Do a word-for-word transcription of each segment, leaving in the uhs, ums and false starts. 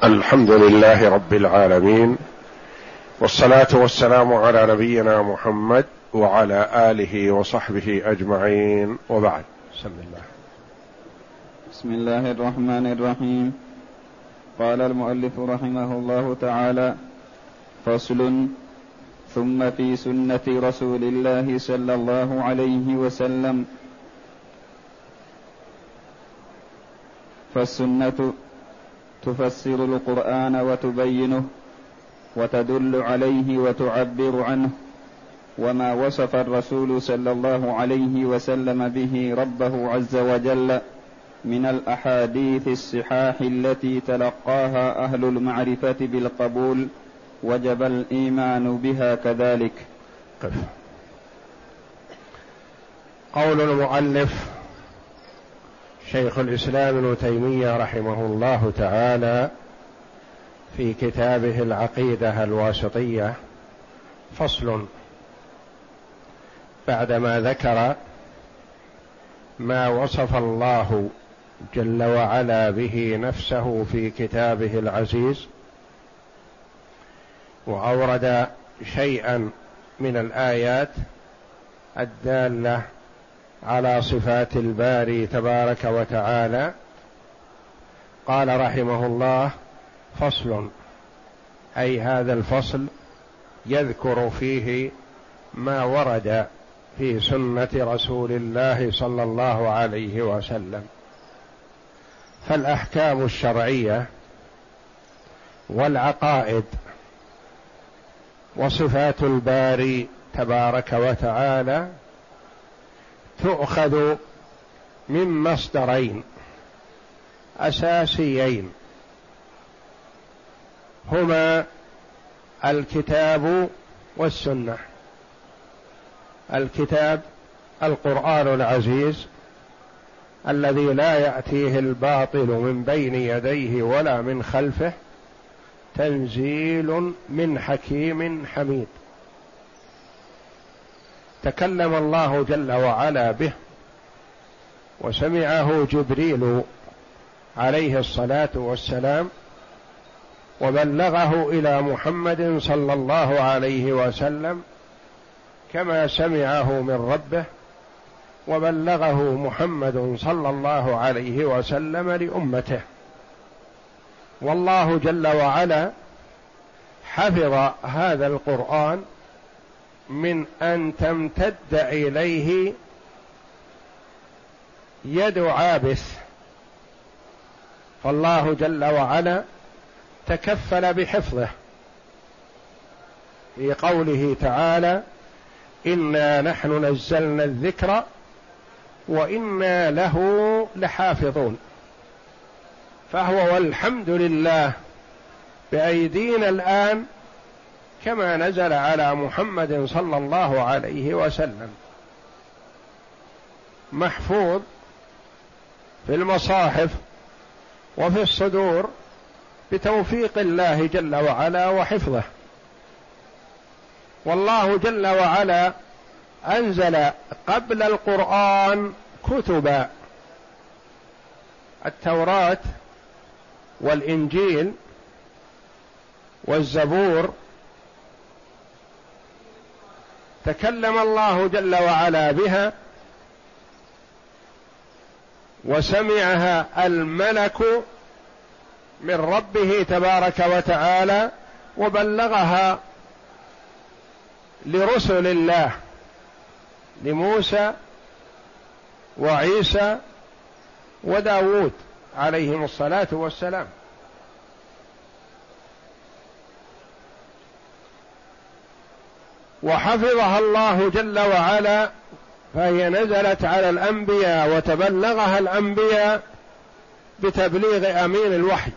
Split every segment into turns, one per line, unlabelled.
الحمد لله رب العالمين، والصلاة والسلام على نبينا محمد وعلى آله وصحبه أجمعين، وبعد. بسم الله.
بسم الله الرحمن الرحيم. قال المؤلف رحمه الله تعالى: فصل. ثم في سنة رسول الله صلى الله عليه وسلم. فالسنة تفسر القرآن وتبينه وتدل عليه وتعبر عنه، وما وصف الرسول صلى الله عليه وسلم به ربه عز وجل من الأحاديث الصحاح التي تلقاها أهل المعرفة بالقبول وجب الإيمان بها كذلك.
قول المؤلف شيخ الإسلام ابن تيمية رحمه الله تعالى في كتابه العقيدة الواسطية: فصل. بعدما ذكر ما وصف الله جل وعلا به نفسه في كتابه العزيز، وأورد شيئا من الآيات الدالة على صفات الباري تبارك وتعالى، قال رحمه الله: فصل، أي هذا الفصل يذكر فيه ما ورد في سنة رسول الله صلى الله عليه وسلم. فالأحكام الشرعية والعقائد وصفات الباري تبارك وتعالى تؤخذ من مصدرين أساسيين، هما الكتاب والسنة. الكتاب القرآن العزيز الذي لا يأتيه الباطل من بين يديه ولا من خلفه، تنزيل من حكيم حميد، تكلم الله جل وعلا به، وسمعه جبريل عليه الصلاة والسلام، وبلغه إلى محمد صلى الله عليه وسلم كما سمعه من ربه، وبلغه محمد صلى الله عليه وسلم لأمته. والله جل وعلا حفظ هذا القرآن من أن تمتد إليه يد عابث، فالله جل وعلا تكفل بحفظه في قوله تعالى: إنا نحن نزلنا الذكر وإنا له لحافظون. فهو والحمد لله بأيدينا الآن كما نزل على محمد صلى الله عليه وسلم، محفوظ في المصاحف وفي الصدور بتوفيق الله جل وعلا وحفظه. والله جل وعلا أنزل قبل القرآن كتبا: التوراة والإنجيل والزبور، تكلم الله جل وعلا بها وسمعها الملك من ربه تبارك وتعالى، وبلغها لرسل الله، لموسى وعيسى وداود عليهم الصلاة والسلام. وحفظها الله جل وعلا، فهي نزلت على الأنبياء وتبلغها الأنبياء بتبليغ أمين الوحي.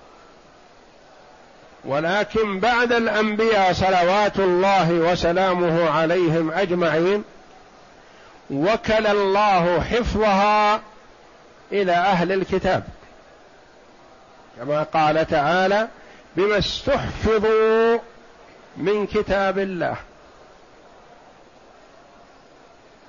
ولكن بعد الأنبياء صلوات الله وسلامه عليهم أجمعين وكل الله حفظها إلى أهل الكتاب، كما قال تعالى: بما استحفظوا من كتاب الله.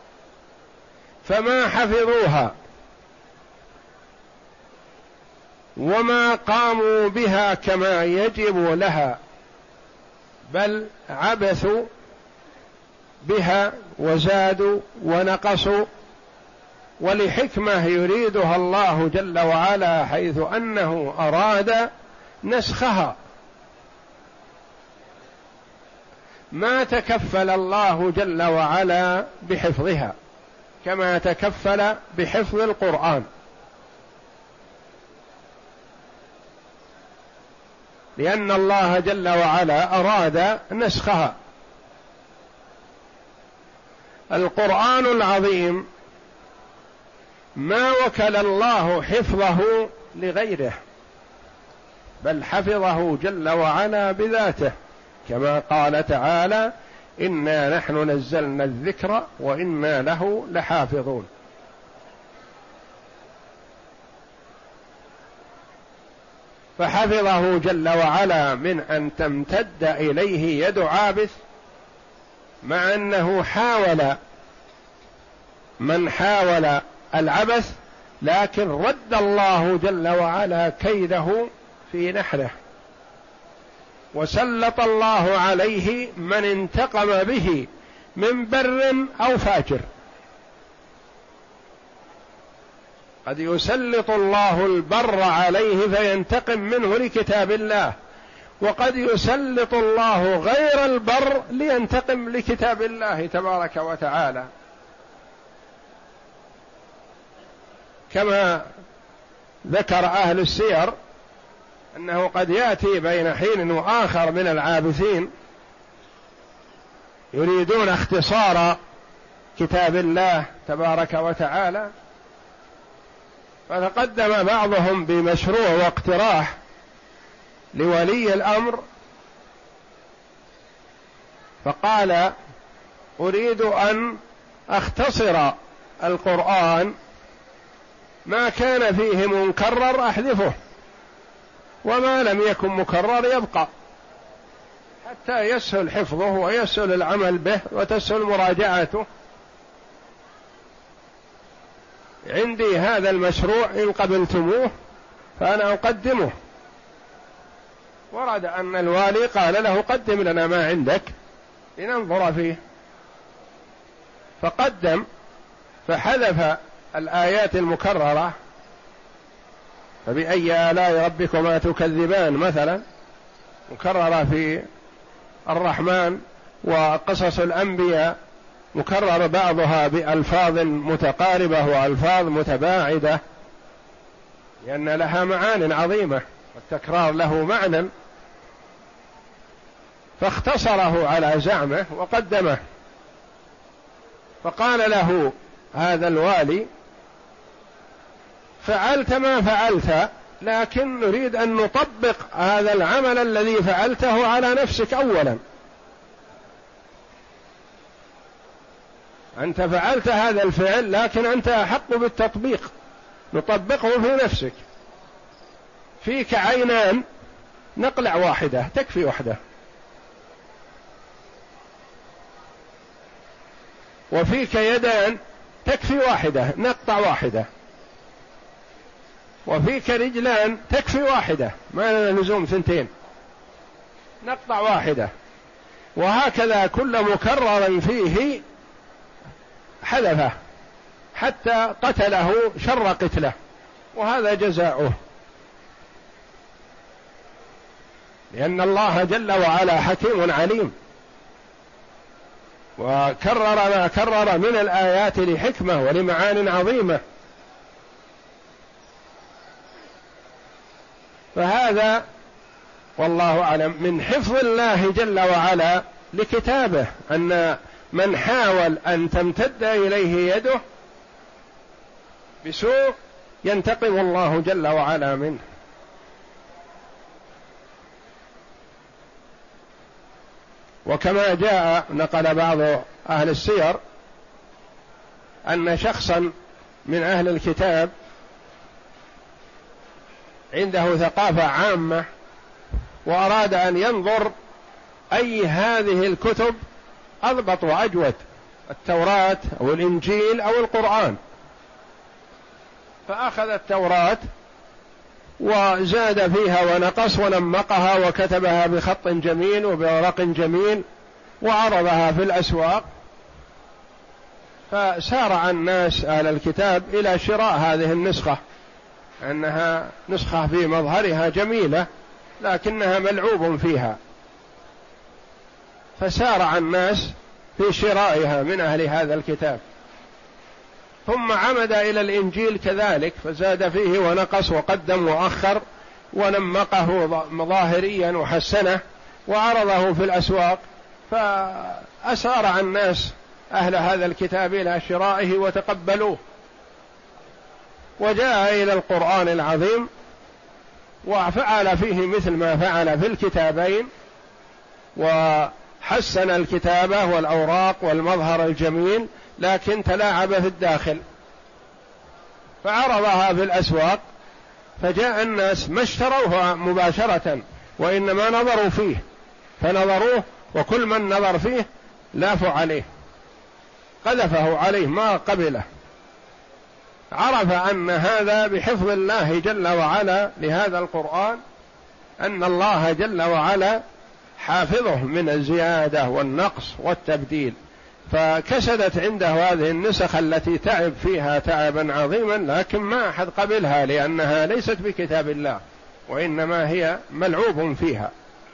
فما حفظوها وما قاموا بها كما يجب لها، بل عبثوا بها وزادوا ونقصوا، ولحكمة يريدها الله جل وعلا، حيث أنه أراد نسخها. ما تكفل الله جل وعلا بحفظها كما تكفل بحفظ القرآن، لأن الله جل وعلا أراد نسخها. القرآن العظيم ما وكل الله حفظه لغيره، بل حفظه جل وعلا بذاته، كما قال تعالى: إنا نحن نزلنا الذكر وإنا له لحافظون. فحفظه جل وعلا من أن تمتد إليه يد عابث، مع أنه حاول من حاول العبث، لكن رد الله جل وعلا كيده في نحره، وسلط الله عليه من انتقم به من بر أو فاجر. قد يسلط الله البر عليه فينتقم منه لكتاب الله، وقد يسلط الله غير البر لينتقم لكتاب الله تبارك وتعالى، كما ذكر أهل السير أنه قد يأتي بين حين وآخر من العابثين يريدون اختصار كتاب الله تبارك وتعالى، فتقدم بعضهم بمشروع واقتراح لولي الأمر، فقال: أريد أن أختصر القرآن، ما كان فيه مكرر أحذفه، وما لم يكن مكرر يبقى، حتى يسهل حفظه ويسهل العمل به وتسهل مراجعته. عندي هذا المشروع، إن قبلتموه فأنا أقدمه. ورد أن الوالي قال له: قدم لنا ما عندك لننظر فيه، فقدم، فحذف الآيات المكررة. فبأي آلاء ربكما تكذبان مثلا مكررة في الرحمن، وقصص الأنبياء مكرر بعضها بألفاظ متقاربة وألفاظ متباعدة، لأن لها معان عظيمة والتكرار له معنى، فاختصره على زعمه وقدمه. فقال له هذا الوالي: فعلت ما فعلت، لكن نريد أن نطبق هذا العمل الذي فعلته على نفسك أولا. أنت فعلت هذا الفعل، لكن أنت أحق بالتطبيق، نطبقه في نفسك. فيك عينان، نقلع واحدة تكفي واحدة، وفيك يدان تكفي واحدة نقطع واحدة، وفيك رجلان تكفي واحدة، ما لنا لزوم ثنتين، نقطع واحدة. وهكذا كل مكرر فيه حذفه حتى قتله شر قتله، وهذا جزاؤه، لأن الله جل وعلا حكيم عليم، وكرر ما كرر من الآيات لحكمة ولمعان عظيمة. فهذا والله أعلم من حفظ الله جل وعلا لكتابه، أن من حاول أن تمتد إليه يده بسوء ينتقم الله جل وعلا منه. وكما جاء نقل بعض أهل السير أن شخصا من أهل الكتاب عنده ثقافة عامة، وأراد أن ينظر أي هذه الكتب أضبط وأجود، التوراة أو الإنجيل أو القرآن، فأخذ التوراة وزاد فيها ونقص ونمقها وكتبها بخط جميل وبورق جميل وعرضها في الأسواق، فسارع الناس أهل الكتاب إلى شراء هذه النسخة، أنها نسخة في مظهرها جميلة لكنها ملعوب فيها، فسارع الناس في شرائها من أهل هذا الكتاب. ثم عمد إلى الإنجيل كذلك، فزاد فيه ونقص وقدم وأخر ونمقه ظاهريا وحسنه وعرضه في الأسواق، فأسارع الناس أهل هذا الكتاب إلى شرائه وتقبلوه. وجاء إلى القرآن العظيم وفعل فيه مثل ما فعل في الكتابين، وحسن الكتابة والأوراق والمظهر الجميل، لكن تلاعب في الداخل، فعرضها في الأسواق، فجاء الناس ما اشتروها مباشرة وإنما نظروا فيه، فنظروه وكل من نظر فيه لافوا عليه، قذفه عليه ما قبله، عرف أن هذا بحفظ الله جل وعلا لهذا القرآن، أن الله جل وعلا حافظه من الزيادة والنقص والتبديل، فكسدت عنده هذه النسخ التي تعب فيها تعبا عظيما، لكن ما أحد قبلها لأنها ليست بكتاب الله وإنما هي ملعوب فيها.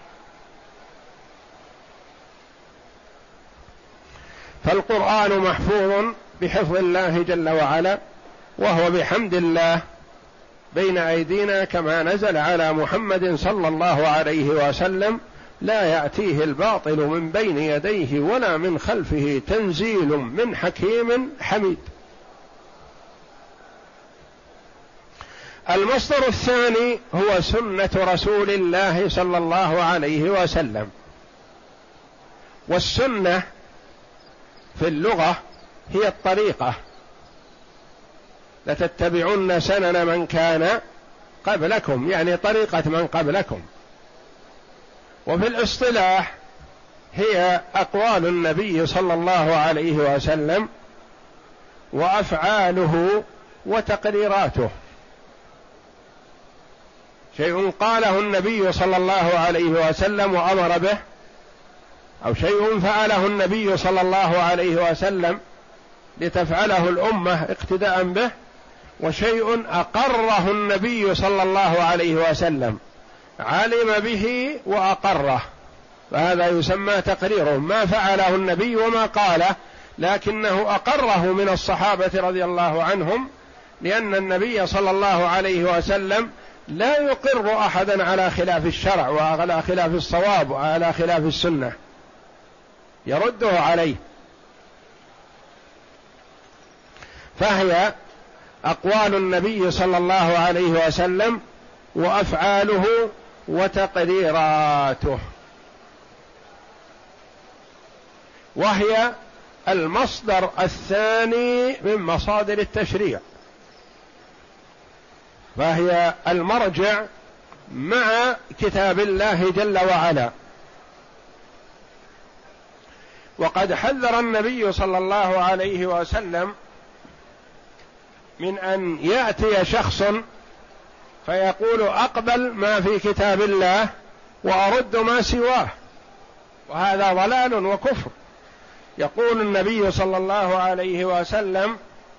فالقرآن محفوظ بحفظ الله جل وعلا، وهو بحمد الله بين أيدينا كما نزل على محمد صلى الله عليه وسلم، لا يأتيه الباطل من بين يديه ولا من خلفه، تنزيل من حكيم حميد. المصدر الثاني هو سنة رسول الله صلى الله عليه وسلم. والسنة في اللغة هي الطريقة، لتتبعن سنن من كان قبلكم، يعني طريقة من قبلكم. وفي الاصطلاح هي أقوال النبي صلى الله عليه وسلم وأفعاله وتقريراته، شيء قاله النبي صلى الله عليه وسلم وأمر به، أو شيء فعله النبي صلى الله عليه وسلم لتفعله الأمة اقتداء به، وشيء أقره النبي صلى الله عليه وسلم، علم به وأقره، فهذا يسمى تقريره، ما فعله النبي وما قاله لكنه أقره من الصحابة رضي الله عنهم، لأن النبي صلى الله عليه وسلم لا يقر أحدا على خلاف الشرع وعلى خلاف الصواب وعلى خلاف السنة، يرده عليه. فهي أقوال النبي صلى الله عليه وسلم وأفعاله وتقريراته، وهي المصدر الثاني من مصادر التشريع، فهي المرجع مع كتاب الله جل وعلا. وقد حذر النبي صلى الله عليه وسلم من أن يأتي شخص فيقول أقبل ما في كتاب الله وأرد ما سواه، وهذا ضلال وكفر. يقول النبي صلى الله عليه وسلم: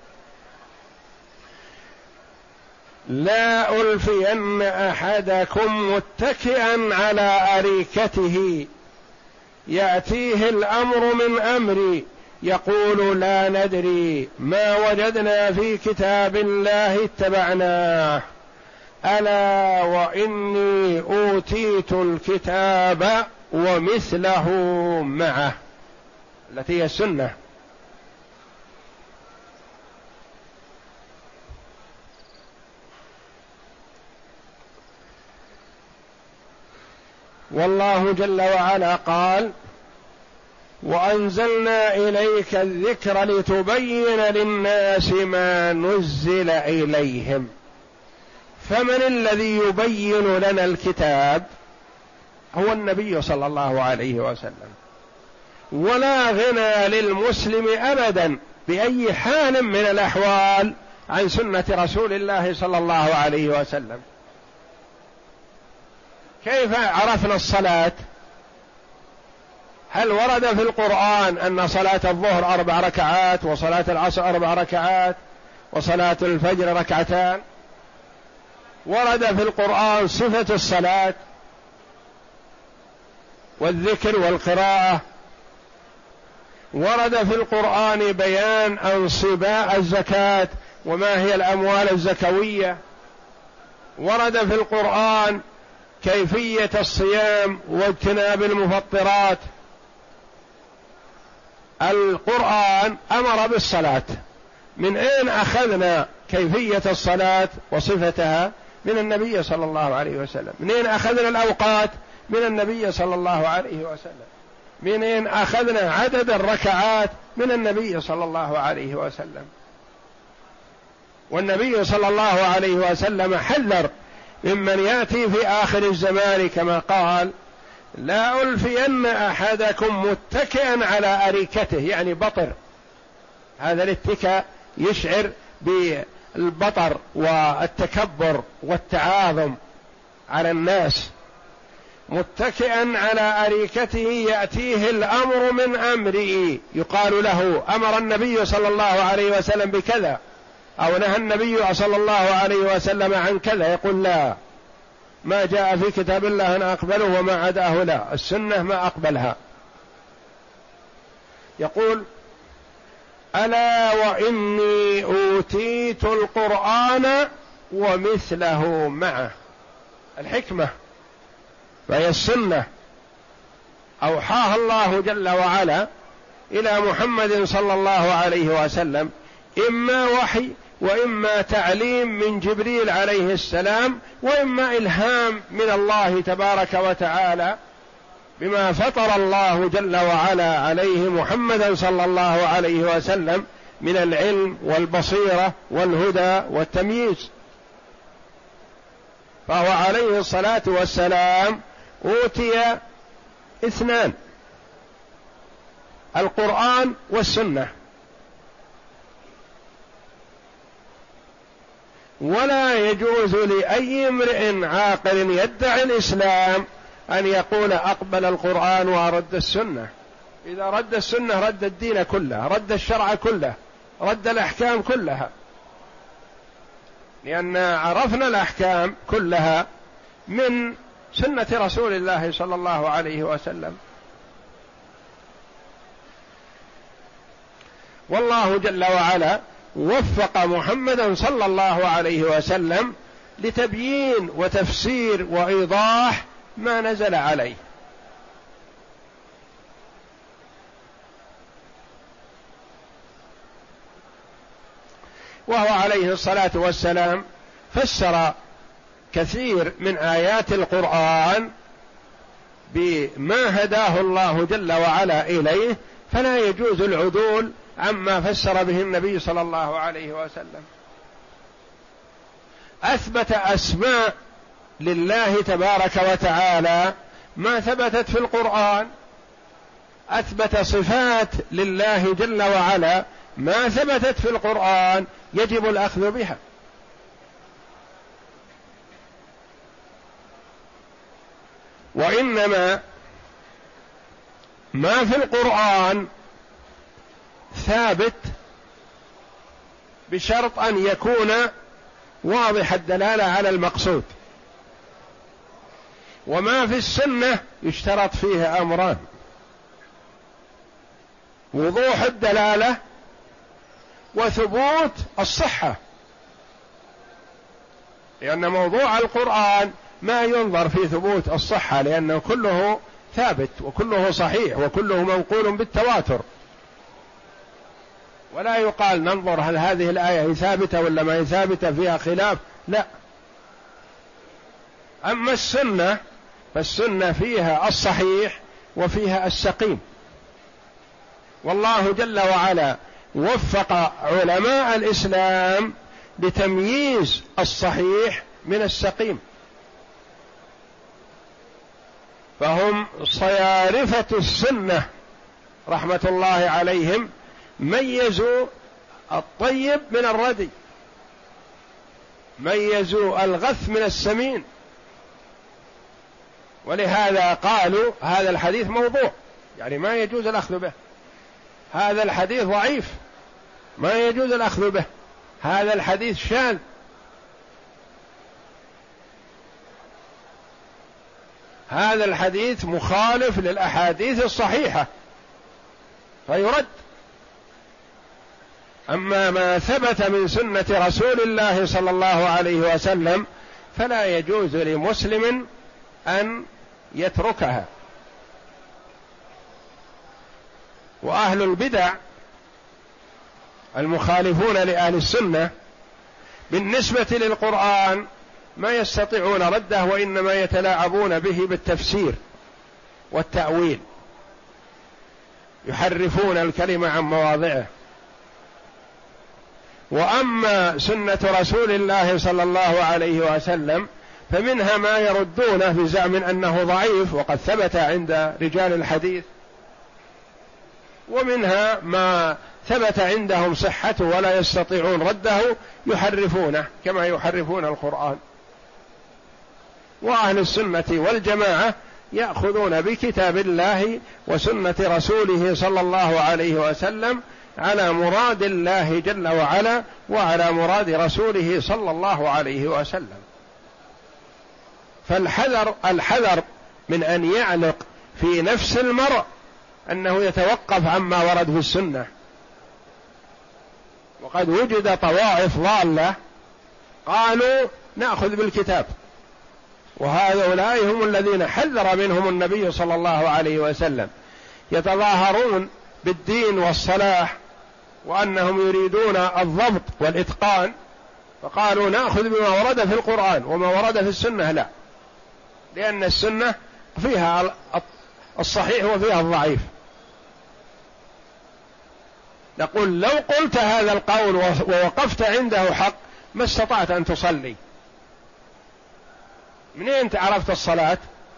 لا ألفين أحدكم متكئا على أريكته يأتيه الأمر من أمري يقول لا ندري ما وجدنا في كتاب الله اتبعناه ألا وإني أوتيت الكتاب ومثله معه، التي هي السنة. والله جل وعلا قال: وأنزلنا إليك الذكر لتبين للناس ما نزل إليهم. فمن الذي يبين لنا الكتاب؟ هو النبي صلى الله عليه وسلم، ولا غنى للمسلم أبدا بأي حال من الأحوال عن سنة رسول الله صلى الله عليه وسلم. كيف عرفنا الصلاة؟ هل ورد في القرآن أن صلاة الظهر أربع ركعات وصلاة العصر أربع ركعات وصلاة الفجر ركعتان؟ ورد في القرآن صفة الصلاة والذكر والقراءة؟ ورد في القرآن بيان أنصباء الزكاة وما هي الأموال الزكوية؟ ورد في القرآن كيفية الصيام واجتناب المفطرات؟ القرآن أمر بالصلاة، من أين أخذنا كيفية الصلاة وصفتها؟ من النبي صلى الله عليه وسلم. من أين أخذنا الأوقات؟ من النبي صلى الله عليه وسلم. من أين أخذنا عدد الركعات؟ من النبي صلى الله عليه وسلم. والنبي صلى الله عليه وسلم حذر ممن يأتي في آخر الزمان كما قال: لا ألفين أحدكم متكئا على أريكته، يعني بطر، هذا الاتكاء يشعر بالبطر والتكبر والتعاظم على الناس. متكئا على أريكته يأتيه الأمر من أمره، يقال له: أمر النبي صلى الله عليه وسلم بكذا، أو نهى النبي صلى الله عليه وسلم عن كذا، يقول: لا، ما جاء في كتاب الله أنا أقبله وما عداه لا، السنة ما أقبلها. يقول: ألا وإني أوتيت القرآن ومثله معه. الحكمة وهي السنة أوحاها الله جل وعلا إلى محمد صلى الله عليه وسلم، إما وحي وإما تعليم من جبريل عليه السلام، وإما إلهام من الله تبارك وتعالى بما فطر الله جل وعلا عليه محمدا صلى الله عليه وسلم من العلم والبصيرة والهدى والتمييز. فهو عليه الصلاة والسلام أوتي اثنان: القرآن والسنة. ولا يجوز لأي امرئ عاقل يدعي الإسلام أن يقول أقبل القرآن ورد السنة. إذا رد السنة رد الدين كله، رد الشرع كله، رد الأحكام كلها، لأن عرفنا الأحكام كلها من سنة رسول الله صلى الله عليه وسلم. والله جل وعلا وفق محمدا صلى الله عليه وسلم لتبيين وتفسير وإيضاح ما نزل عليه. وهو عليه الصلاة والسلام فسر كثير من آيات القرآن بما هداه الله جل وعلا إليه، فلا يجوز العدول عما فسر به النبي صلى الله عليه وسلم. أثبت أسماء لله تبارك وتعالى ما ثبتت في القرآن، أثبت صفات لله جل وعلا ما ثبتت في القرآن، يجب الأخذ بها. وإنما ما في القرآن ثابت بشرط أن يكون واضح الدلالة على المقصود، وما في السنة يشترط فيه أمران: وضوح الدلالة وثبوت الصحة، لأن موضوع القرآن ما ينظر في ثبوت الصحة، لأنه كله ثابت وكله صحيح وكله منقول بالتواتر، ولا يقال ننظر هل هذه الآية ثابتة ولا ما هي ثابتة فيها خلاف، لا. أما السنة فالسنة فيها الصحيح وفيها السقيم. والله جل وعلا وفق علماء الإسلام لتمييز الصحيح من السقيم، فهم صيارفة السنة رحمة الله عليهم، ميزوا الطيب من الردي، ميزوا الغث من السمين، ولهذا قالوا هذا الحديث موضوع، يعني ما يجوز الأخذ به، هذا الحديث ضعيف ما يجوز الأخذ به، هذا الحديث شاذ. هذا الحديث مخالف للأحاديث الصحيحة فيرد. أما ما ثبت من سنة رسول الله صلى الله عليه وسلم فلا يجوز لمسلم أن يتركها. وأهل البدع المخالفون لأهل السنة بالنسبة للقرآن ما يستطيعون رده، وإنما يتلاعبون به بالتفسير والتأويل، يحرفون الكلمة عن مواضعه. وأما سنة رسول الله صلى الله عليه وسلم فمنها ما يردونه بزعم أنه ضعيف وقد ثبت عند رجال الحديث، ومنها ما ثبت عندهم صحته ولا يستطيعون رده يحرفونه كما يحرفون القرآن. وأهل السنة والجماعة يأخذون بكتاب الله وسنة رسوله صلى الله عليه وسلم على مراد الله جل وعلا وعلى مراد رسوله صلى الله عليه وسلم. فالحذر الحذر من أن يعلق في نفس المرء أنه يتوقف عما ورد في السنة. وقد وجد طوائف ضالة قالوا نأخذ بالكتاب، وهؤلاء هم الذين حذر منهم النبي صلى الله عليه وسلم، يتظاهرون بالدين والصلاح وأنهم يريدون الضبط والإتقان، فقالوا نأخذ بما ورد في القرآن وما ورد في السنة لا، لأن السنة فيها الصحيح وفيها الضعيف. نقول لو قلت هذا القول ووقفت عنده حق ما استطعت أن تصلي. منين أنت عرفت الصلاة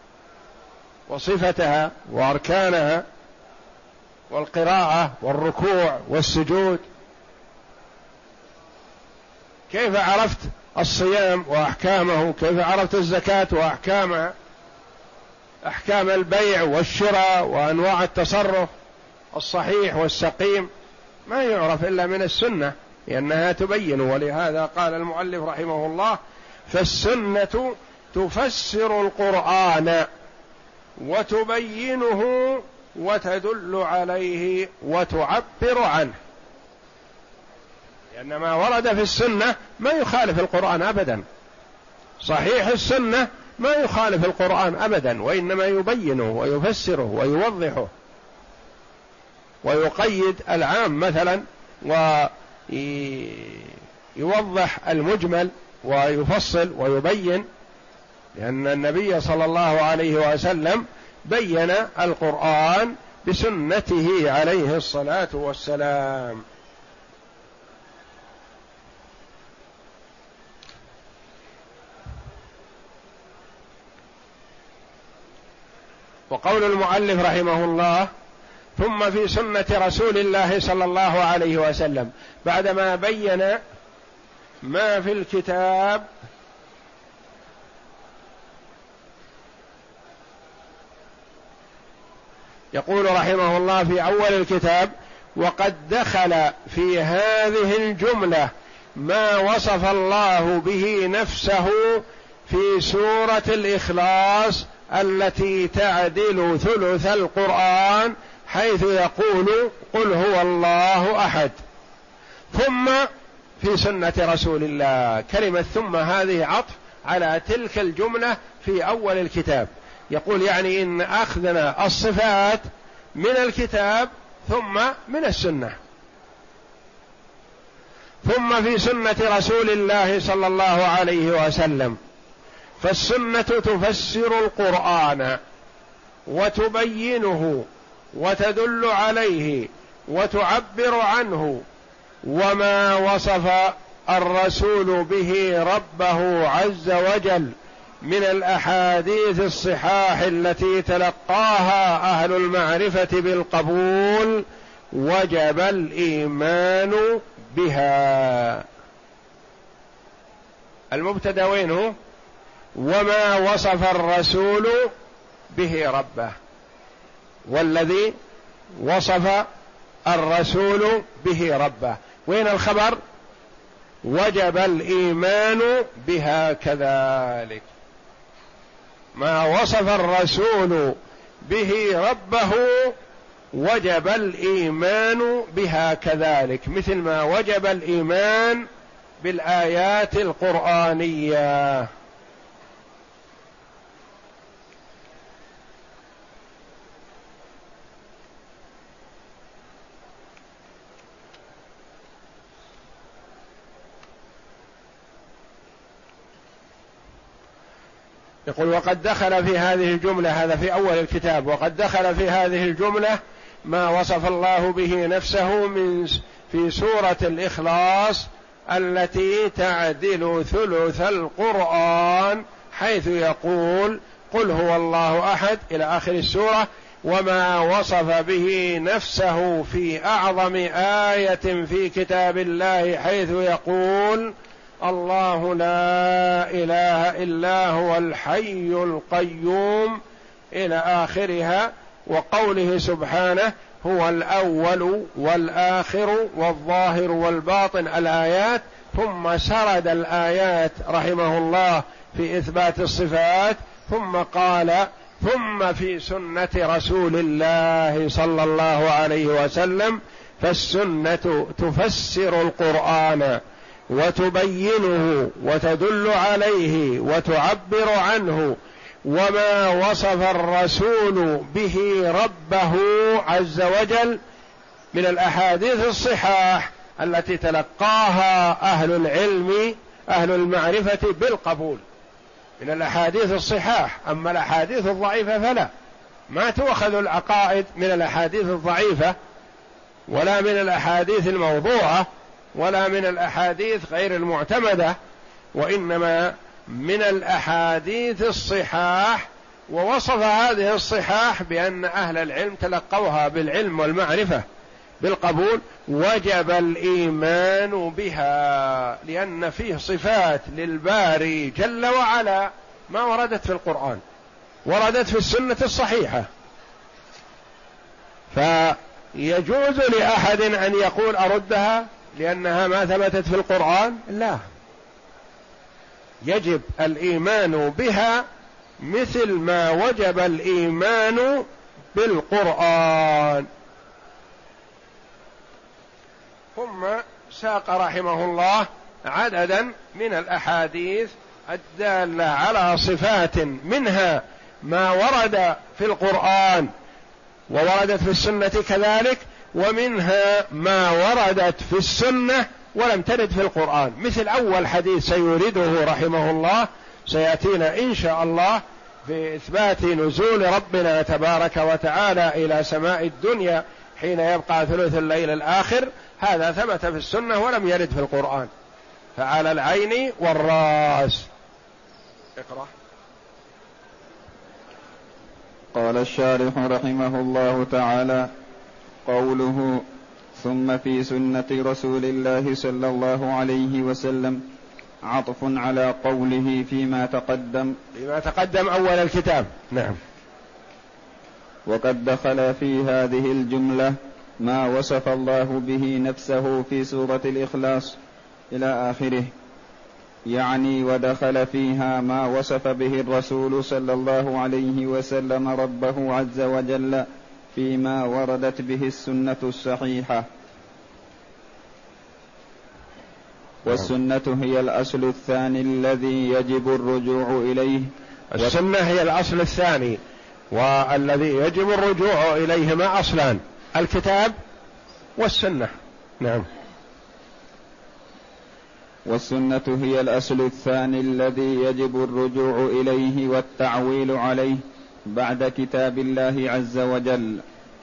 وصفتها وأركانها والقراءة والركوع والسجود؟ كيف عرفت الصيام وأحكامه؟ كيف عرفت الزكاة وأحكامها؟ أحكام البيع والشراء وأنواع التصرف الصحيح والسقيم ما يعرف إلا من السنة لأنها تبين. ولهذا قال المؤلف رحمه الله فالسنة تفسر القرآن وتبينه وتدل عليه وتعبر عنه، لأن ما ورد في السنة ما يخالف القرآن أبدا، صحيح السنة ما يخالف القرآن أبدا، وإنما يبينه ويفسره ويوضحه ويقيد العام مثلا ويوضح المجمل ويفصل ويبين، لأن النبي صلى الله عليه وسلم بين القرآن بسنته عليه الصلاة والسلام. وقول المؤلف رحمه الله ثم في سنة رسول الله صلى الله عليه وسلم، بعدما بين ما في الكتاب يقول رحمه الله في أول الكتاب وقد دخل في هذه الجملة ما وصف الله به نفسه في سورة الإخلاص التي تعدل ثلث القرآن، حيث يقول قل هو الله أحد. ثم في سنة رسول الله، كلمة ثم هذه عطف على تلك الجملة في أول الكتاب، يقول يعني إن أخذنا الصفات من الكتاب ثم من السنة. ثم في سنة رسول الله صلى الله عليه وسلم، فالسنة تفسر القرآن وتبينه وتدل عليه وتعبر عنه، وما وصف الرسول به ربه عز وجل من الأحاديث الصحاح التي تلقاها أهل المعرفة بالقبول وجب الإيمان بها. المبتدأ وينه؟ وما وصف الرسول به ربه، والذي وصف الرسول به ربه. وين الخبر؟ وجب الإيمان بها كذلك. ما وصف الرسول به ربه وجب الإيمان بها كذلك، مثل ما وجب الإيمان بالآيات القرآنية. يقول: وقد دخل في هذه الجملة، هذا في أول الكتاب، وقد دخل في هذه الجملة ما وصف الله به نفسه من في سورة الإخلاص التي تعدل ثلث القرآن، حيث يقول: قل هو الله أحد إلى آخر السورة، وما وصف به نفسه في أعظم آية في كتاب الله، حيث يقول: الله لا إله إلا هو الحي القيوم إلى آخرها، وقوله سبحانه: هو الأول والآخر والظاهر والباطن، الآيات. ثم سرد الآيات رحمه الله في إثبات الصفات، ثم قال: ثم في سنة رسول الله صلى الله عليه وسلم، فالسنة تفسر القرآن وتبينه وتدل عليه وتعبر عنه، وما وصف الرسول به ربه عز وجل من الأحاديث الصحاح التي تلقاها أهل العلم أهل المعرفة بالقبول، من الأحاديث الصحاح. أما الأحاديث الضعيفة فلا، ما تؤخذ العقائد من الأحاديث الضعيفة، ولا من الأحاديث الموضوعة، ولا من الأحاديث غير المعتمدة، وإنما من الأحاديث الصحاح. ووصف هذه الصحاح بأن أهل العلم تلقوها بالعلم والمعرفة بالقبول، وجب الإيمان بها، لأن فيه صفات للباري جل وعلا ما وردت في القرآن، وردت في السنة الصحيحة. فيجوز لأحد أن يقول: أردها لأنها ما ثبتت في القرآن؟ لا، يجب الإيمان بها مثل ما وجب الإيمان بالقرآن. ثم ساق رحمه الله عددا من الأحاديث الدالة على صفات، منها ما ورد في القرآن ووردت في السنة كذلك، ومنها ما وردت في السنة ولم ترد في القرآن، مثل أول حديث سيورده رحمه الله سيأتينا إن شاء الله في إثبات نزول ربنا تبارك وتعالى إلى سماء الدنيا حين يبقى ثلث الليل الآخر. هذا ثبت في السنة ولم يرد في القرآن، فعلى العين والرأس. اقرأ.
قال الشارح رحمه الله تعالى: قوله ثم في سنة رسول الله صلى الله عليه وسلم عطف على قوله فيما تقدم
فيما تقدم أول الكتاب. نعم.
وقد دخل في هذه الجملة ما وصف الله به نفسه في سورة الإخلاص إلى آخره، يعني ودخل فيها ما وصف به الرسول صلى الله عليه وسلم ربه عز وجل فيما وردت به السنة الصحيحة. والسنة هي الأصل الثاني الذي يجب الرجوع إليه.
السنة هي الأصل الثاني، والذي يجب الرجوع إليه ما أصلان: الكتاب والسنة. نعم.
والسنة هي الأصل الثاني الذي يجب الرجوع إليه والتعويل عليه بعد كتاب الله عز وجل.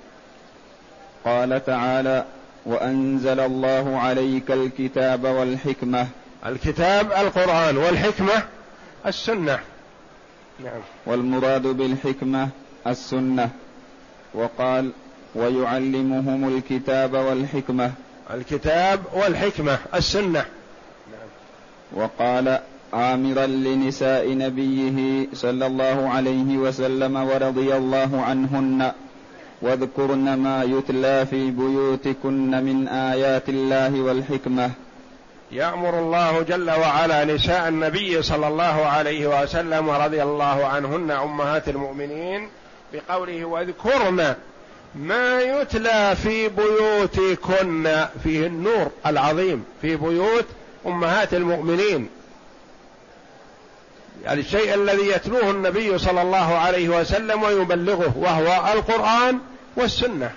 قال تعالى: وأنزل الله عليك الكتاب والحكمة.
الكتاب القرآن، والحكمة السنة. نعم.
والمراد بالحكمة السنة. وقال: ويعلمهم الكتاب والحكمة.
الكتاب والحكمة السنة.
وقال: آمرا لنساء نبيه صلى الله عليه وسلم ورضي الله عنهن: واذكرن ما يتلى في بيوتكن من آيات الله والحكمة.
يأمر الله جل وعلا نساء النبي صلى الله عليه وسلم ورضي الله عنهن أمهات المؤمنين بقوله: واذكرن ما يتلى في بيوتكن، فيه النور العظيم في بيوت أمهات المؤمنين، يعني الشيء الذي يتلوه النبي صلى الله عليه وسلم ويبلغه، وهو القرآن والسنة.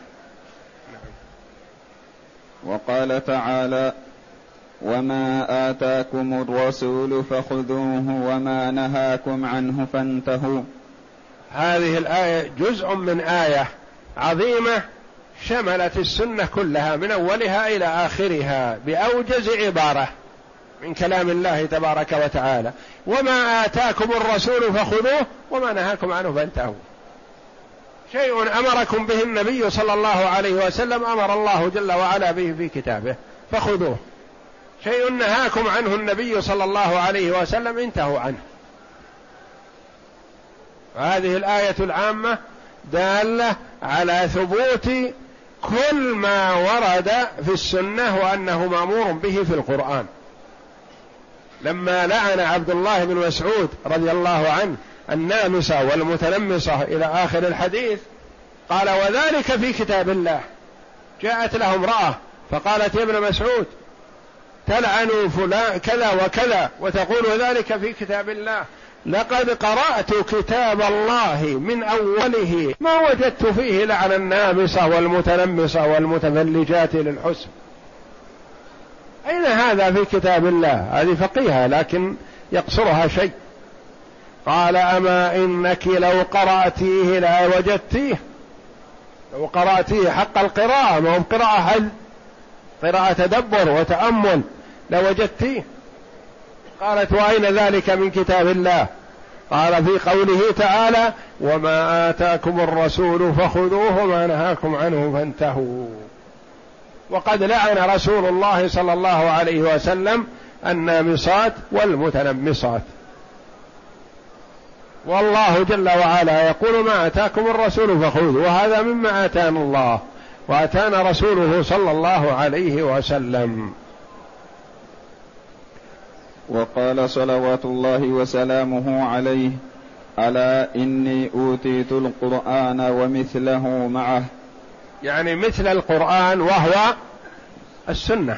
وقال تعالى: وما آتاكم الرسول فخذوه وما نهاكم عنه فانتهوا.
هذه الآية جزء من آية عظيمة شملت السنة كلها من أولها إلى آخرها بأوجز عبارة من كلام الله تبارك وتعالى: وما آتاكم الرسول فخذوه وما نهاكم عنه فانتهوا. شيء أمركم به النبي صلى الله عليه وسلم أمر الله جل وعلا به في كتابه فخذوه، شيء نهاكم عنه النبي صلى الله عليه وسلم انتهوا عنه. هذه الآية العامة دالة على ثبوت كل ما ورد في السنة وأنه مأمور به في القرآن. لما لعن عبد الله بن مسعود رضي الله عنه النامصة والمتنمصة إلى آخر الحديث قال: وذلك في كتاب الله. جاءت له امرأة فقالت: يا ابن مسعود تلعن فلان كذا وكذا وتقول ذلك في كتاب الله، لقد قرأت كتاب الله من أوله ما وجدت فيه لعن النامصة والمتنمصة والمتفلجات للحسن. أين هذا في كتاب الله؟ هذه فقيهة لكن يقصرها شيء. قال: أما إنك لو قرأتيه لا وجدتيه، لو قرأتيه حق القراءة، ما هو قراءة هل قراءة تدبر وتأمل، لوجدتيه. قالت: وأين ذلك من كتاب الله؟ قال: في قوله تعالى: وما آتاكم الرسول فخذوه وما نهاكم عنه فانتهوا. وقد لعن رسول الله صلى الله عليه وسلم النامصات والمتنمصات. والله جل وعلا يقول: ما آتاكم الرسول فخذوه، وهذا مما آتانا الله وآتانا رسوله صلى الله عليه وسلم.
وقال صلوات الله وسلامه عليه: ألا إني أوتيت القرآن ومثله معه،
يعني مثل القرآن وهو السنة.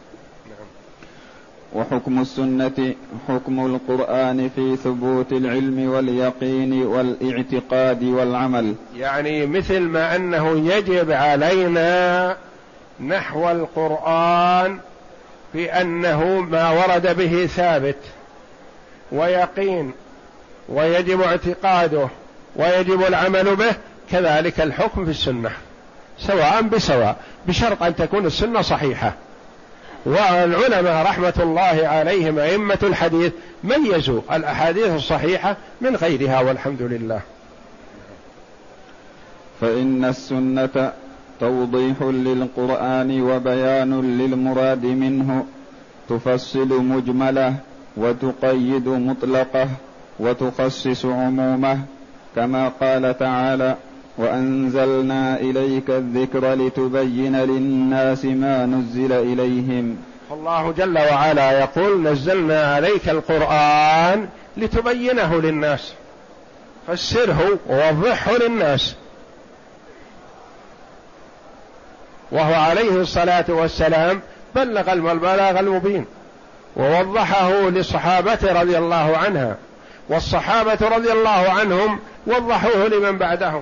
وحكم السنة حكم القرآن في ثبوت العلم واليقين والاعتقاد والعمل،
يعني مثل ما أنه يجب علينا نحو القرآن بأنه ما ورد به ثابت ويقين ويجب اعتقاده ويجب العمل به، كذلك الحكم في السنة سواء بسواء، بشرط أن تكون السنة صحيحة. والعلماء رحمة الله عليهم أئمة الحديث ميزوا الأحاديث الصحيحة من غيرها، والحمد لله.
فإن السنة توضيح للقرآن وبيان للمراد منه، تفصل مجمله وتقيد مطلقه وتخصص عمومه، كما قال تعالى: وأنزلنا إليك الذكر لتبين للناس ما نزل إليهم.
الله جل وعلا يقول: نزلنا عليك القرآن لتبينه للناس، فسره ووضحه للناس. وهو عليه الصلاة والسلام بلغ البلاغ المبين ووضحه للصحابة رضي الله عنها، والصحابة رضي الله عنهم وضحوه لمن بعدهم،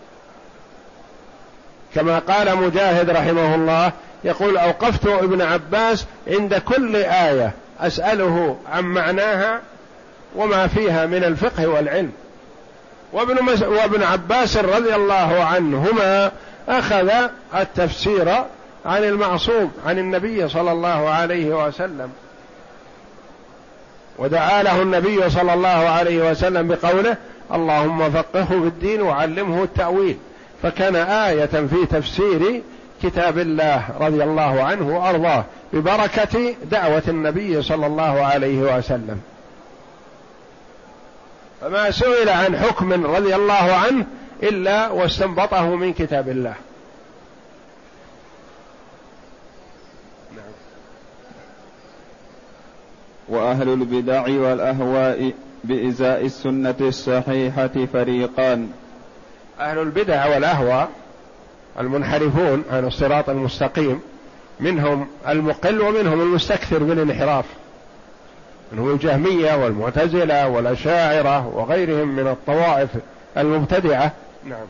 كما قال مجاهد رحمه الله يقول: أوقفت ابن عباس عند كل آية أسأله عن معناها وما فيها من الفقه والعلم. وابن, مس... وابن عباس رضي الله عنهما أخذ التفسير عن المعصوم عن النبي صلى الله عليه وسلم، ودعا له النبي صلى الله عليه وسلم بقوله: اللهم فقهه في الدين وعلمه التأويل، فكان آية في تفسير كتاب الله رضي الله عنه وأرضاه ببركة دعوة النبي صلى الله عليه وسلم. فما سئل عن حكم رضي الله عنه إلا واستنبطه من كتاب الله.
وأهل البدع والأهواء بإزاء السنة الصحيحة فريقان.
أهل البدع والأهواء المنحرفون عن الصراط المستقيم منهم المقل ومنهم المستكثر بالانحراف، منهم الجهمية والمعتزلة والأشاعرة وغيرهم من الطوائف المبتدعة. نعم.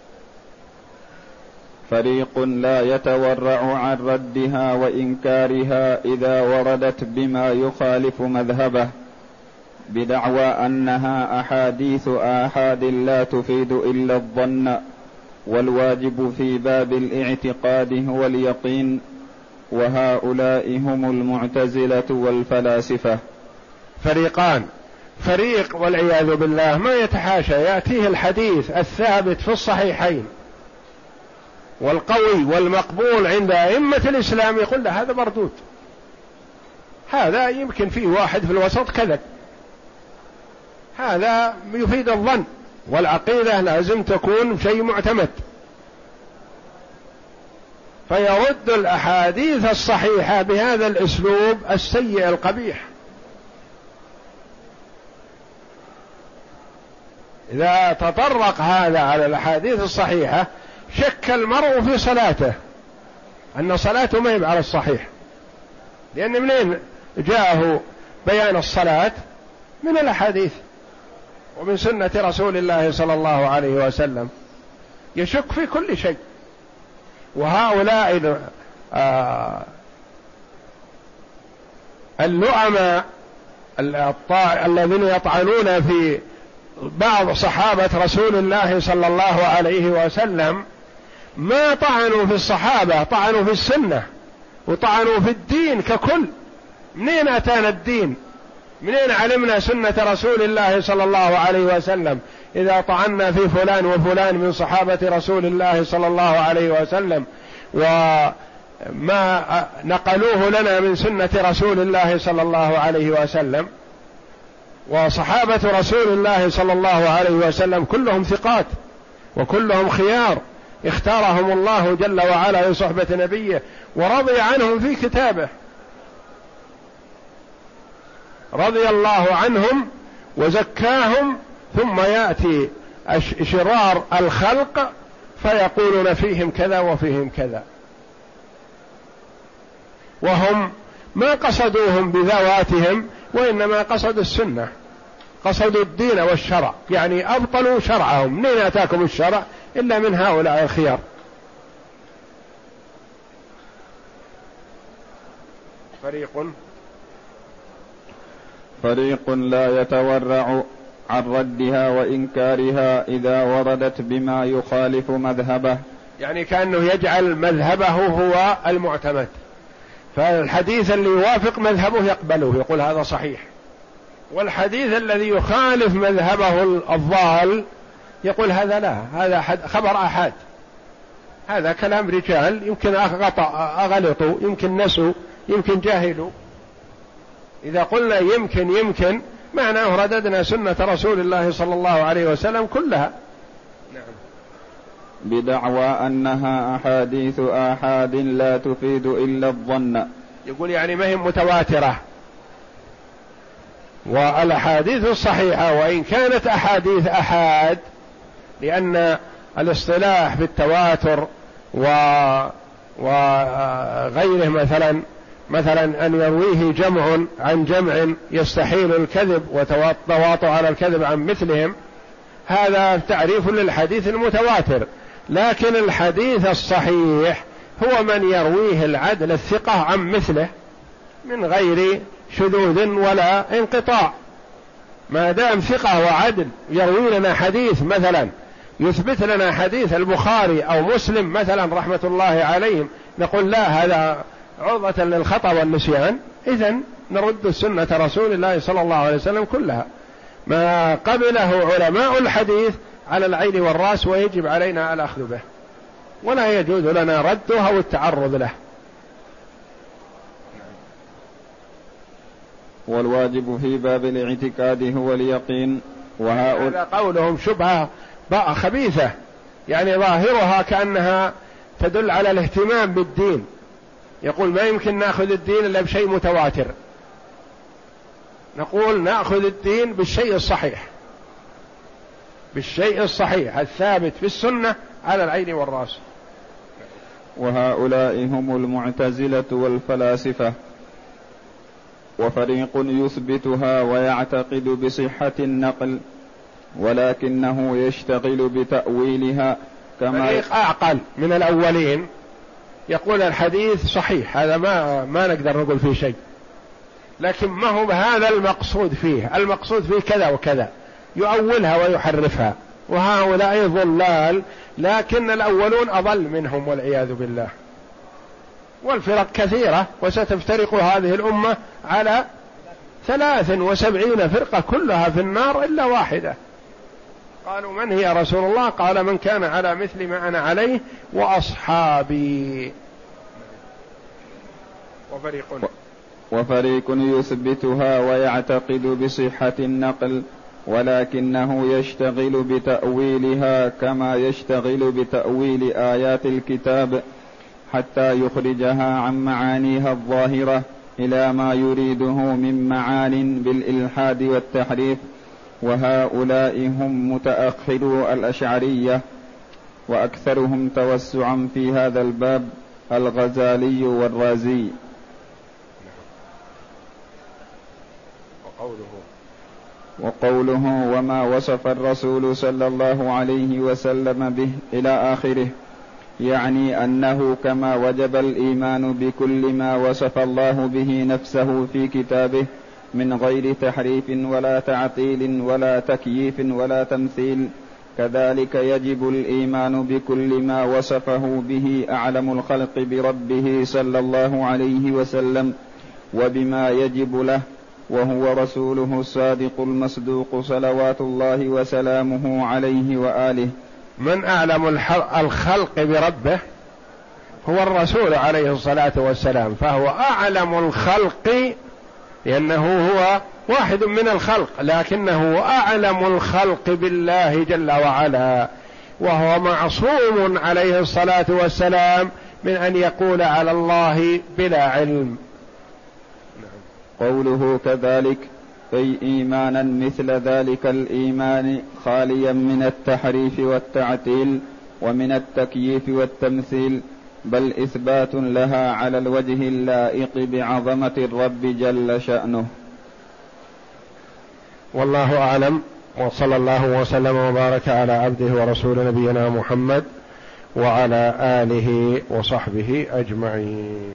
فريق لا يتورع عن ردها وإنكارها إذا وردت بما يخالف مذهبه بدعوى أنها أحاديث آحاد لا تفيد إلا الظن، والواجب في باب الاعتقاد هو اليقين، وهؤلاء هم المعتزلة والفلاسفة.
فريقان، فريق والعياذ بالله ما يتحاشى يأتيه الحديث الثابت في الصحيحين والقوي والمقبول عند أئمة الإسلام يقول له هذا مردود، هذا يمكن فيه واحد في الوسط كذب، هذا يفيد الظن، والعقيدة لازم تكون شيء معتمد، فيرد الأحاديث الصحيحة بهذا الأسلوب السيء القبيح. إذا تطرق هذا على الأحاديث الصحيحة شك المرء في صلاته أن صلاته ما هي على الصحيح، لأن منين جاءه بيان الصلاة؟ من الأحاديث ومن سنة رسول الله صلى الله عليه وسلم، يشك في كل شيء. وهؤلاء آه اللؤماء الذين يطعنون في بعض صحابة رسول الله صلى الله عليه وسلم ما طعنوا في الصحابة، طعنوا في السنة وطعنوا في الدين ككل. منين أتانا الدين؟ منين علمنا سنة رسول الله صلى الله عليه وسلم إذا طعنا في فلان وفلان من صحابة رسول الله صلى الله عليه وسلم وما نقلوه لنا من سنة رسول الله صلى الله عليه وسلم؟ وصحابة رسول الله صلى الله عليه وسلم كلهم ثقات وكلهم خيار اختارهم الله جل وعلا لصحبة نبيه ورضي عنهم في كتابه، رضي الله عنهم وزكاهم، ثم يأتي شرار الخلق فيقولون فيهم كذا وفيهم كذا، وهم ما قصدوهم بذواتهم وإنما قصدوا السنة، قصدوا الدين والشرع، يعني أبطلوا شرعهم. منين أتاكم الشرع إلا من هؤلاء الخيار. فريق
فريق لا يتورع عن ردها وإنكارها إذا وردت بما يخالف مذهبه،
يعني كأنه يجعل مذهبه هو المعتمد، فالحديث اللي يوافق مذهبه يقبله يقول هذا صحيح، والحديث الذي يخالف مذهبه الضال يقول هذا لا، هذا خبر أحد، هذا كلام رجال يمكن أغلطوا يمكن نسوا يمكن جاهلوا. إذا قلنا يمكن يمكن معناه رددنا سنة رسول الله صلى الله عليه وسلم كلها. نعم.
بدعوى أنها أحاديث آحاد لا تفيد إلا الظن،
يقول يعني ما هي متواترة، والأحاديث الصحيحة وإن كانت أحاديث أحاد، لأن الاصطلاح بالتواتر وغيره مثلا مثلا أن يرويه جمع عن جمع يستحيل الكذب وتواطؤ على الكذب عن مثلهم، هذا تعريف للحديث المتواتر. لكن الحديث الصحيح هو من يرويه العدل الثقة عن مثله من غير شذوذ ولا انقطاع، ما دام ثقة وعدل يروي لنا حديث مثلا يثبت لنا حديث البخاري أو مسلم مثلا رحمة الله عليهم، نقول لا هذا عرضة للخطأ والنسيان، إذن نرد السنة رسول الله صلى الله عليه وسلم كلها، ما قبله علماء الحديث على العين والرأس ويجب علينا الأخذ به، ولا يجوز لنا رده أو التعرض له.
والواجب في باب الاعتقاد هو اليقين،
هذا قولهم شبهة خبيثة، يعني ظاهرها كأنها تدل على الاهتمام بالدين. يقول ما يمكن نأخذ الدين إلا بشيء متواتر. نقول نأخذ الدين بالشيء الصحيح، بالشيء الصحيح الثابت في السنة على العين والرأس.
وهؤلاء هم المعتزلة والفلاسفة، وفريق يثبتها ويعتقد بصحة النقل ولكنه يشتغل بتأويلها، كما
فريق أعقل من الأولين يقول الحديث صحيح، هذا ما ما نقدر نقول فيه شيء، لكن ما هو هذا المقصود فيه، المقصود فيه كذا وكذا، يؤولها ويحرفها. وهؤلاء ضلال، لكن الأولون أضل منهم والعياذ بالله. والفرق كثيرة، وستفترق هذه الأمة على ثلاث وسبعين فرقة كلها في النار إلا واحدة. قالوا من هي رسول الله؟ قال من كان على مثل ما أنا عليه وأصحابي. وفريق
وفريق يثبتها ويعتقد بصحة النقل ولكنه يشتغل بتأويلها كما يشتغل بتأويل آيات الكتاب حتى يخرجها عن معانيها الظاهرة إلى ما يريده من معان بالإلحاد والتحريف. وهؤلاء هم متأخرو الأشعرية، وأكثرهم توسعا في هذا الباب الغزالي والرازي.
وقوله
وقوله وما وصف الرسول صلى الله عليه وسلم به إلى آخره، يعني أنه كما وجب الإيمان بكل ما وصف الله به نفسه في كتابه من غير تحريف ولا تعطيل ولا تكييف ولا تمثيل، كذلك يجب الإيمان بكل ما وصفه به أعلم الخلق بربه صلى الله عليه وسلم وبما يجب له، وهو رسوله الصادق المصدوق صلوات الله وسلامه عليه وآله.
من أعلم الخلق بربه هو الرسول عليه الصلاة والسلام، فهو أعلم الخلق لأنه هو واحد من الخلق، لكنه أعلم الخلق بالله جل وعلا، وهو معصوم عليه الصلاة والسلام من أن يقول على الله بلا علم.
قوله كذلك أي إيمانا مثل ذلك الإيمان خاليا من التحريف والتعتيل ومن التكييف والتمثيل، بل إثبات لها على الوجه اللائق بعظمة الرب جل شأنه.
والله أعلم، وصلى الله وسلم وبارك على عبده ورسول نبينا محمد وعلى آله وصحبه أجمعين.